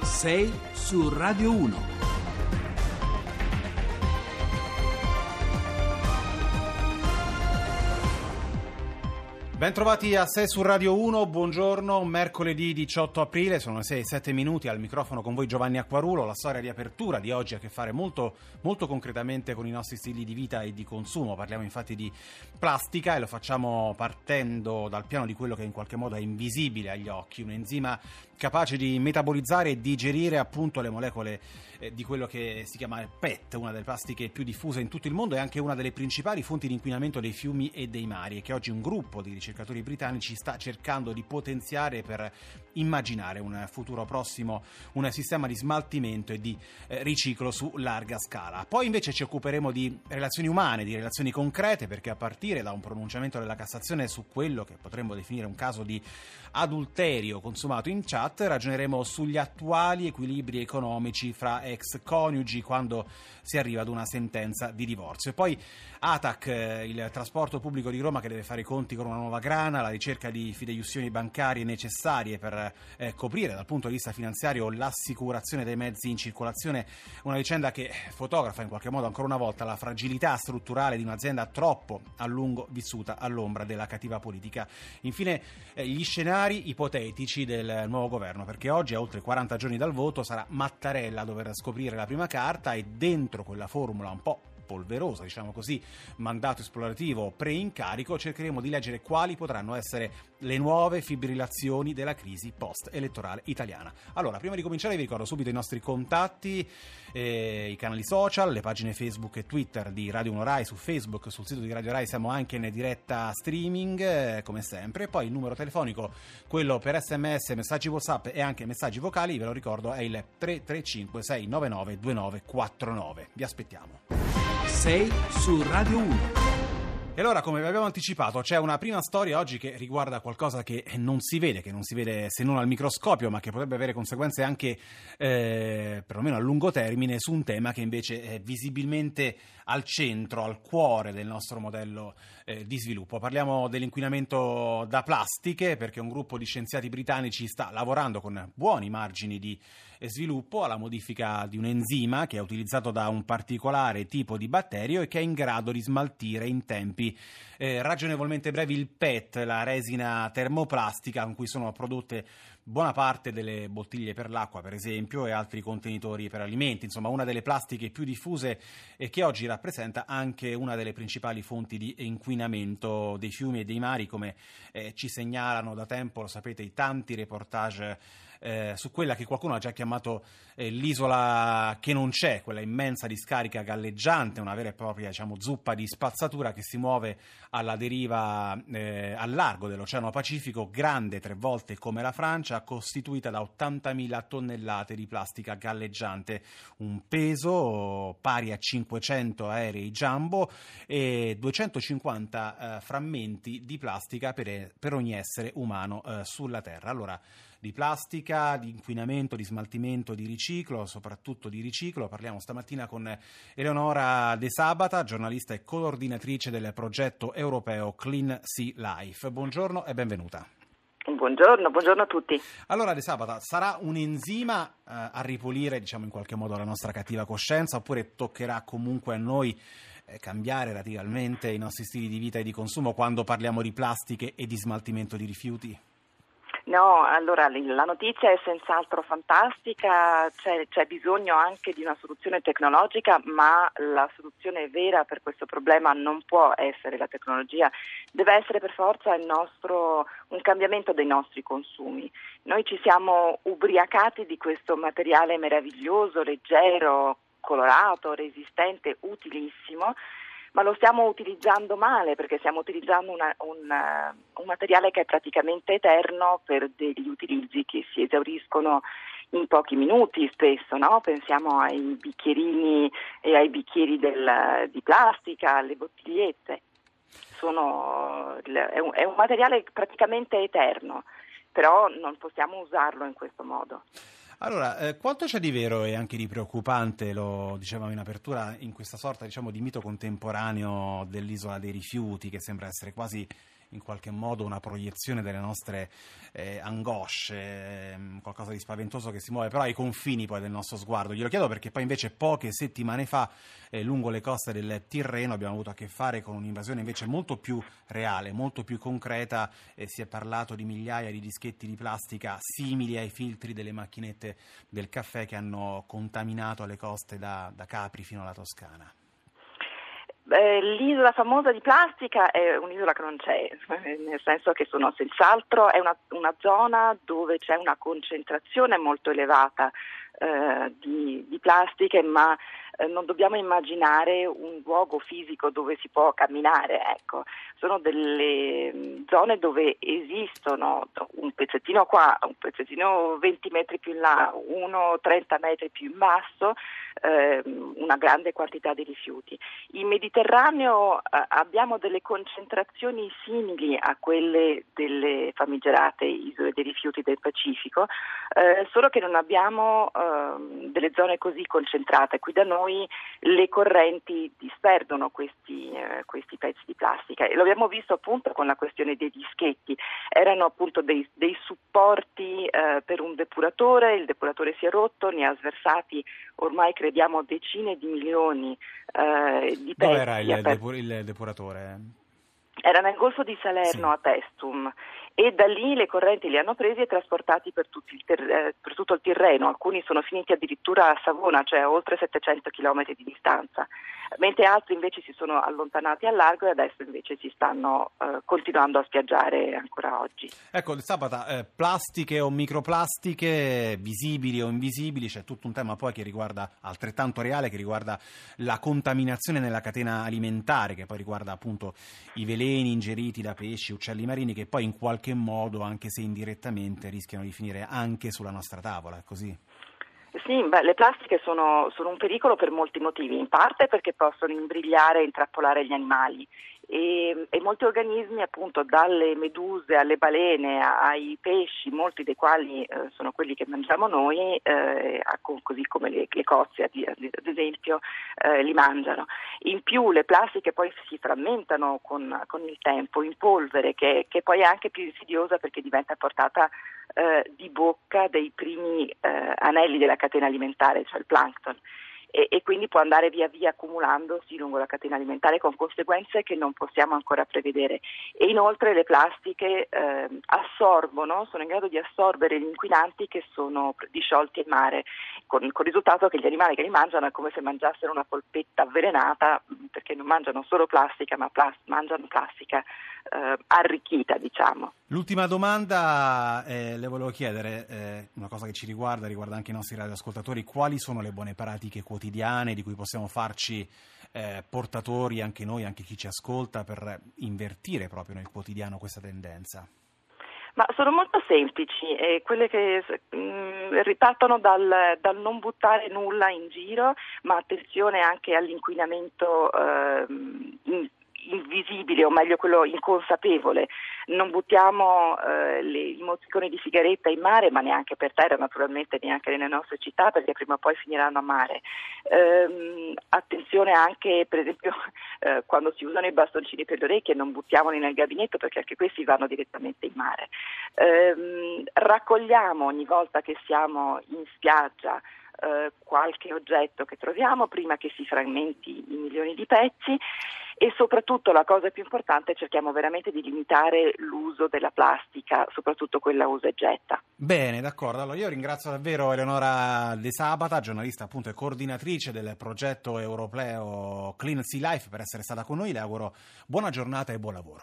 6 su Radio 1. Bentrovati a 6 su Radio 1, buongiorno, mercoledì 18 aprile, sono le 6:07, al microfono con voi Giovanni Acquarulo. La storia di apertura di oggi ha a che fare molto concretamente con i nostri stili di vita e di consumo. Parliamo infatti di plastica e lo facciamo partendo dal piano di quello che in qualche modo è invisibile agli occhi, un enzima capace di metabolizzare e digerire appunto le molecole di quello che si chiama PET, una delle plastiche più diffuse in tutto il mondo e anche una delle principali fonti di inquinamento dei fiumi e dei mari, e che oggi un gruppo di ricercatori britannici sta cercando di potenziare per immaginare un futuro prossimo un sistema di smaltimento e di riciclo su larga scala. Poi invece ci occuperemo di relazioni umane, di relazioni concrete, perché a partire da un pronunciamento della Cassazione su quello che potremmo definire un caso di adulterio consumato in chat, ragioneremo sugli attuali equilibri economici fra ex coniugi quando si arriva ad una sentenza di divorzio. E poi ATAC, il trasporto pubblico di Roma che deve fare i conti con una nuova grana, la ricerca di fideiussioni bancarie necessarie per coprire dal punto di vista finanziario l'assicurazione dei mezzi in circolazione, una vicenda che fotografa in qualche modo ancora una volta la fragilità strutturale di un'azienda troppo a lungo vissuta all'ombra della cattiva politica. Infine gli scenari ipotetici del nuovo governo, perché oggi, a oltre 40 giorni dal voto, sarà Mattarella a dover scoprire la prima carta, e dentro quella formula un po' polverosa, diciamo così, mandato esplorativo pre-incarico, cercheremo di leggere quali potranno essere le nuove fibrillazioni della crisi post-elettorale italiana. Allora, prima di cominciare vi ricordo subito i nostri contatti, i canali social, le pagine Facebook e Twitter di Radio 1 Rai. Su Facebook, sul sito di Radio Rai siamo anche in diretta streaming, come sempre. Poi il numero telefonico, quello per SMS, messaggi WhatsApp e anche messaggi vocali, ve lo ricordo, è il 335 699 2949. Vi aspettiamo. 6 su Radio 1. E allora, come vi abbiamo anticipato, c'è una prima storia oggi che riguarda qualcosa che non si vede se non al microscopio, ma che potrebbe avere conseguenze anche perlomeno a lungo termine su un tema che invece è visibilmente al centro, al cuore del nostro modello di sviluppo. Parliamo dell'inquinamento da plastiche, perché un gruppo di scienziati britannici sta lavorando con buoni margini di sviluppo alla modifica di un enzima che è utilizzato da un particolare tipo di batterio e che è in grado di smaltire in tempi ragionevolmente brevi il PET, la resina termoplastica con cui sono prodotte buona parte delle bottiglie per l'acqua, per esempio, e altri contenitori per alimenti. Insomma, una delle plastiche più diffuse e che oggi rappresenta anche una delle principali fonti di inquinamento dei fiumi e dei mari, come ci segnalano da tempo, lo sapete, i tanti reportage su quella che qualcuno ha già chiamato l'isola che non c'è, quella immensa discarica galleggiante, una vera e propria, diciamo, zuppa di spazzatura che si muove alla deriva al largo dell'Oceano Pacifico, grande 3 volte come la Francia, costituita da 80.000 tonnellate di plastica galleggiante, un peso pari a 500 aerei Jumbo e 250 frammenti di plastica per ogni essere umano sulla Terra. Allora, di plastica, di inquinamento, di smaltimento, di riciclo, soprattutto di riciclo. Parliamo stamattina con Eleonora De Sabata, giornalista e coordinatrice del progetto europeo Clean Sea Life. Buongiorno e benvenuta. Buongiorno a tutti. Allora, De Sabata, sarà un enzima a ripulire, diciamo, in qualche modo la nostra cattiva coscienza, oppure toccherà comunque a noi cambiare radicalmente i nostri stili di vita e di consumo quando parliamo di plastiche e di smaltimento di rifiuti? No, allora la notizia è senz'altro fantastica, c'è bisogno anche di una soluzione tecnologica, ma la soluzione vera per questo problema non può essere la tecnologia, deve essere per forza un cambiamento dei nostri consumi. Noi ci siamo ubriacati di questo materiale meraviglioso, leggero, colorato, resistente, utilissimo, ma lo stiamo utilizzando male, perché stiamo utilizzando un materiale che è praticamente eterno per degli utilizzi che si esauriscono in pochi minuti spesso, no? Pensiamo ai bicchierini e ai bicchieri di plastica, alle bottigliette. È un materiale praticamente eterno, però non possiamo usarlo in questo modo. Allora, quanto c'è di vero e anche di preoccupante, lo dicevamo in apertura, in questa sorta, diciamo, di mito contemporaneo dell'isola dei rifiuti, che sembra essere quasi in qualche modo una proiezione delle nostre angosce, qualcosa di spaventoso che si muove però ai confini poi del nostro sguardo. Glielo chiedo perché poi invece poche settimane fa lungo le coste del Tirreno abbiamo avuto a che fare con un'invasione invece molto più reale, molto più concreta, si è parlato di migliaia di dischetti di plastica simili ai filtri delle macchinette del caffè che hanno contaminato le coste da Capri fino alla Toscana. L'isola famosa di plastica è un'isola che non c'è, nel senso che sono senz'altro, è una zona dove c'è una concentrazione molto elevata di plastiche, ma non dobbiamo immaginare un luogo fisico dove si può camminare, ecco. Sono delle zone dove esistono un pezzettino qua, un pezzettino 20 metri più in là, uno 30 metri più in basso, una grande quantità di rifiuti. In Mediterraneo abbiamo delle concentrazioni simili a quelle delle famigerate isole dei rifiuti del Pacifico, solo che non abbiamo delle zone così concentrate. Qui da noi le correnti disperdono questi pezzi di plastica e lo abbiamo visto appunto con la questione dei dischetti. Erano appunto dei supporti per un depuratore, il depuratore si è rotto, ne ha sversati ormai crediamo decine di milioni di pezzi. Dove era il depuratore? Era nel Golfo di Salerno, sì, a Pestum, e da lì le correnti li hanno presi e trasportati per tutto il Tirreno. Alcuni sono finiti addirittura a Savona, cioè a oltre 700 chilometri di distanza, mentre altri invece si sono allontanati al largo e adesso invece si stanno continuando a spiaggiare ancora oggi. Ecco, Sabata, plastiche o microplastiche, visibili o invisibili, c'è tutto un tema poi che riguarda, altrettanto reale, che riguarda la contaminazione nella catena alimentare, che poi riguarda appunto i veleni ingeriti da pesci, uccelli marini, che poi in qualche modo, anche se indirettamente, rischiano di finire anche sulla nostra tavola, è così? Sì, le plastiche sono un pericolo per molti motivi, in parte perché possono imbrigliare e intrappolare gli animali e molti organismi, appunto dalle meduse alle balene ai pesci, molti dei quali sono quelli che mangiamo noi, così come le cozze ad esempio, li mangiano. In più le plastiche poi si frammentano con il tempo in polvere che poi è anche più insidiosa perché diventa portata di bocca dei primi anelli della catena alimentare, cioè il plankton. E quindi può andare via via accumulandosi lungo la catena alimentare con conseguenze che non possiamo ancora prevedere. E inoltre le plastiche sono in grado di assorbere gli inquinanti che sono disciolti in mare, con il risultato che gli animali che li mangiano è come se mangiassero una polpetta avvelenata, perché non mangiano solo plastica, ma mangiano plastica arricchita, diciamo. L'ultima domanda, le volevo chiedere, una cosa che ci riguarda anche i nostri radioascoltatori: quali sono le buone pratiche quotidiane di cui possiamo farci portatori anche noi, anche chi ci ascolta, per invertire proprio nel quotidiano questa tendenza? Ma sono molto semplici, quelle che ripartono dal non buttare nulla in giro, ma attenzione anche all'inquinamento invisibile, o meglio quello inconsapevole. Non buttiamo i mozziconi di sigaretta in mare, ma neanche per terra, naturalmente neanche nelle nostre città, perché prima o poi finiranno a mare. Attenzione anche, per esempio, quando si usano i bastoncini per le orecchie, non buttiamoli nel gabinetto perché anche questi vanno direttamente in mare. Raccogliamo ogni volta che siamo in spiaggia qualche oggetto che troviamo prima che si frammenti in milioni di pezzi, e soprattutto la cosa più importante, cerchiamo veramente di limitare l'uso della plastica, soprattutto quella usa e getta. Bene, d'accordo. Allora io ringrazio davvero Eleonora De Sabata, giornalista appunto e coordinatrice del progetto europeo Clean Sea Life, per essere stata con noi. Le auguro buona giornata e buon lavoro.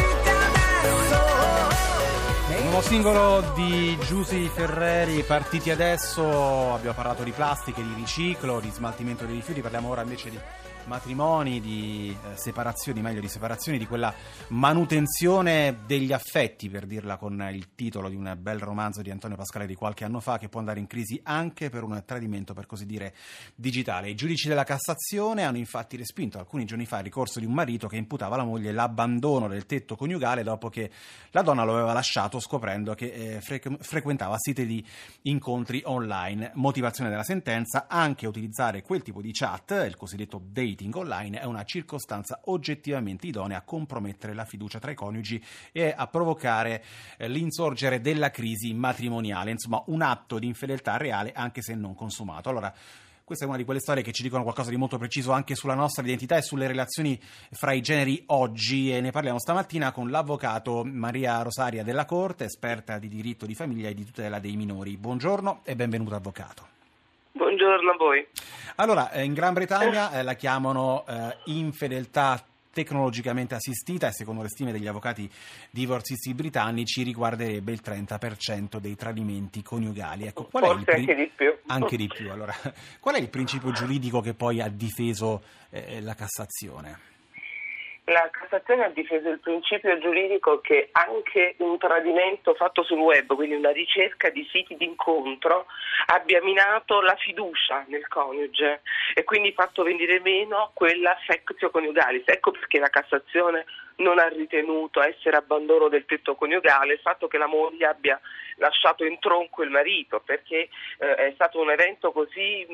Il nuovo singolo di Giusy Ferreri, Partiti Adesso. Abbiamo parlato di plastiche, di riciclo, di smaltimento dei rifiuti, parliamo ora invece di matrimoni, di separazioni, di quella manutenzione degli affetti, per dirla con il titolo di un bel romanzo di Antonio Pascale di qualche anno fa, che può andare in crisi anche per un tradimento, per così dire, digitale. I giudici della Cassazione hanno infatti respinto alcuni giorni fa il ricorso di un marito che imputava alla moglie l'abbandono del tetto coniugale dopo che la donna lo aveva lasciato scoprendo che frequentava siti di incontri online. Motivazione della sentenza: anche utilizzare quel tipo di chat, il cosiddetto dating meeting online è una circostanza oggettivamente idonea a compromettere la fiducia tra i coniugi e a provocare l'insorgere della crisi matrimoniale, insomma un atto di infedeltà reale anche se non consumato. Allora, questa è una di quelle storie che ci dicono qualcosa di molto preciso anche sulla nostra identità e sulle relazioni fra i generi oggi, e ne parliamo stamattina con l'avvocato Maria Rosaria Della Corte, esperta di diritto di famiglia e di tutela dei minori. Buongiorno e benvenuto avvocato. Buongiorno a voi. Allora, in Gran Bretagna la chiamano infedeltà tecnologicamente assistita e secondo le stime degli avvocati divorzisti britannici riguarderebbe il 30% dei tradimenti coniugali. Ecco, forse anche di più. Anche di più. Allora, qual è il principio giuridico che poi ha difeso la Cassazione? La Cassazione ha difeso il principio giuridico che anche un tradimento fatto sul web, quindi una ricerca di siti di incontro, abbia minato la fiducia nel coniuge e quindi fatto venire meno quella sectio coniugalis. Ecco perché la Cassazione non ha ritenuto essere abbandono del tetto coniugale il fatto che la moglie abbia lasciato in tronco il marito, perché è stato un evento così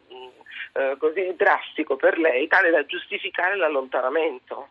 drastico per lei, tale da giustificare l'allontanamento.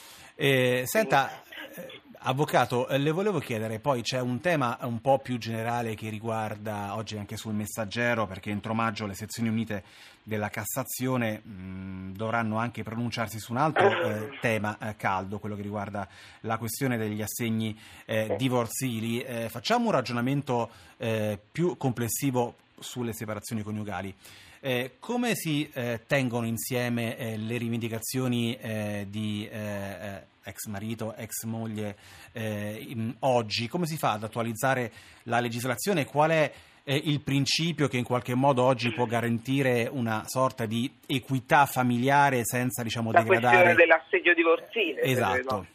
Senta, avvocato, le volevo chiedere, poi c'è un tema un po' più generale che riguarda oggi anche sul Messaggero, perché entro maggio le sezioni unite della Cassazione dovranno anche pronunciarsi su un altro tema caldo, quello che riguarda la questione degli assegni divorzili. Facciamo un ragionamento più complessivo sulle separazioni coniugali. Come si tengono insieme le rivendicazioni di ex marito, ex moglie oggi? Come si fa ad attualizzare la legislazione? Qual è il principio che in qualche modo oggi può garantire una sorta di equità familiare senza, degradare... La questione dell'assegno divorzile. Esatto.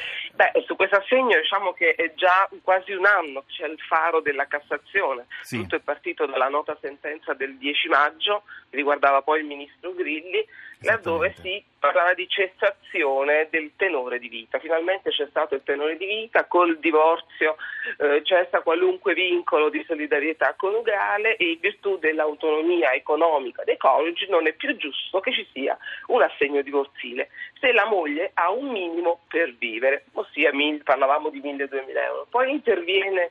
Su questo assegno diciamo che è già quasi un anno c'è il faro della Cassazione. Sì. Tutto è partito dalla nota sentenza del 10 maggio, che riguardava poi il ministro Grilli, laddove si parlava di cessazione del tenore di vita. Finalmente c'è stato il tenore di vita, col divorzio cessa qualunque vincolo di solidarietà coniugale e in virtù dell'autonomia economica dei coniugi non è più giusto che ci sia un assegno divorzile se la moglie ha un minimo per vivere, ossia parlavamo di 1.000-2.000 euro. Poi interviene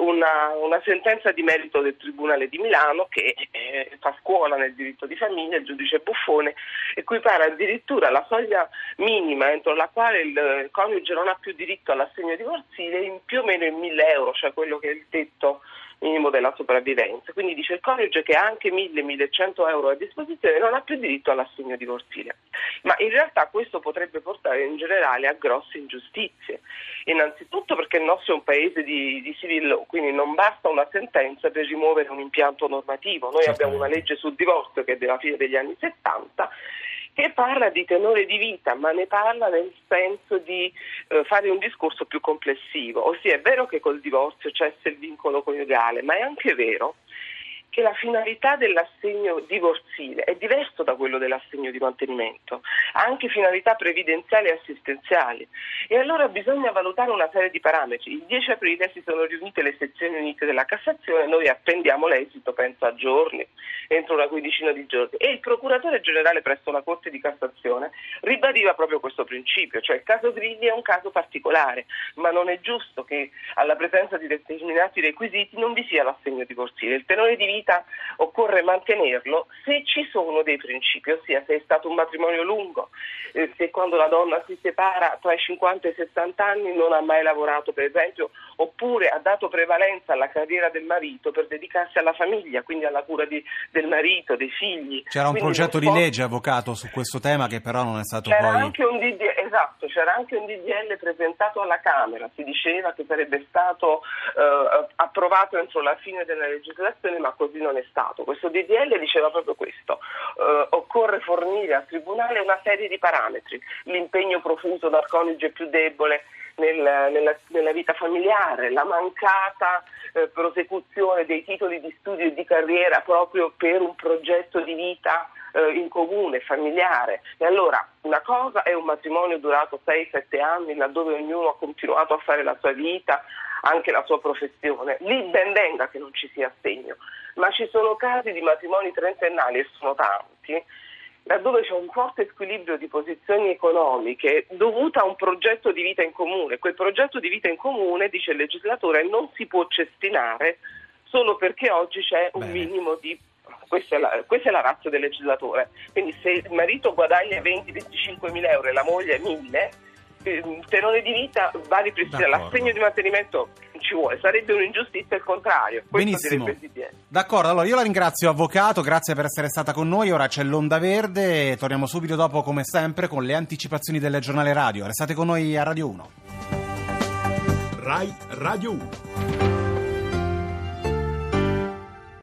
una sentenza di merito del Tribunale di Milano che fa scuola nel diritto di famiglia, il giudice Buffone equipara addirittura la soglia minima entro la quale il coniuge non ha più diritto all'assegno divorzile in più o meno in 1.000 euro, cioè quello che è il tetto minimo della sopravvivenza. Quindi dice il coniuge che ha anche 1.100 euro a disposizione non ha più diritto all'assegno divorzile. Ma in realtà questo potrebbe portare in generale a grosse ingiustizie. Innanzitutto perché il nostro è un paese di civil law, quindi non basta una sentenza per rimuovere un impianto normativo. Noi abbiamo una legge sul divorzio che è della fine degli anni 70 che parla di tenore di vita, ma ne parla nel senso di fare un discorso più complessivo, ossia è vero che col divorzio cessa il vincolo coniugale, ma è anche vero che la finalità dell'assegno divorzile è diverso da quello dell'assegno di mantenimento, ha anche finalità previdenziali e assistenziali e allora bisogna valutare una serie di parametri. Il 10 aprile si sono riunite le sezioni unite della Cassazione, noi attendiamo l'esito, penso a giorni, entro una quindicina di giorni, e il procuratore generale presso la Corte di Cassazione ribadiva proprio questo principio, cioè il caso Grilli è un caso particolare, ma non è giusto che alla presenza di determinati requisiti non vi sia l'assegno divorzile. Il tenore di vita occorre mantenerlo se ci sono dei principi, ossia se è stato un matrimonio lungo, se quando la donna si separa tra i 50 e i 60 anni non ha mai lavorato per esempio, oppure ha dato prevalenza alla carriera del marito per dedicarsi alla famiglia, quindi alla cura del marito, dei figli. C'era un progetto di legge, avvocato, su questo tema che però non è stato c'era anche un DDL presentato alla Camera, si diceva che sarebbe stato approvato entro la fine della legislazione, ma così non è stato. Questo DDL diceva proprio questo, occorre fornire al Tribunale una serie di parametri, l'impegno profuso dal coniuge più debole nella vita familiare, la mancata prosecuzione dei titoli di studio e di carriera proprio per un progetto di vita in comune, familiare. E allora una cosa è un matrimonio durato 6-7 anni laddove ognuno ha continuato a fare la sua vita, anche la sua professione, lì ben venga che non ci sia assegno, ma ci sono casi di matrimoni trentennali, e sono tanti, laddove c'è un forte squilibrio di posizioni economiche dovuta a un progetto di vita in comune. Quel progetto di vita in comune, dice il legislatore, non si può cestinare solo perché oggi c'è un minimo di... Questa è la razza del legislatore. Quindi se il marito guadagna 20-25 mila euro e la moglie 1000, il tenore di vita va ripristinato, l'assegno di mantenimento ci vuole, sarebbe un'ingiustizia il contrario. Benissimo, d'accordo, allora io la ringrazio avvocato, grazie per essere stata con noi. Ora c'è l'Onda Verde, torniamo subito dopo come sempre con le anticipazioni del giornale radio. Restate con noi a Radio 1. Rai Radio 1.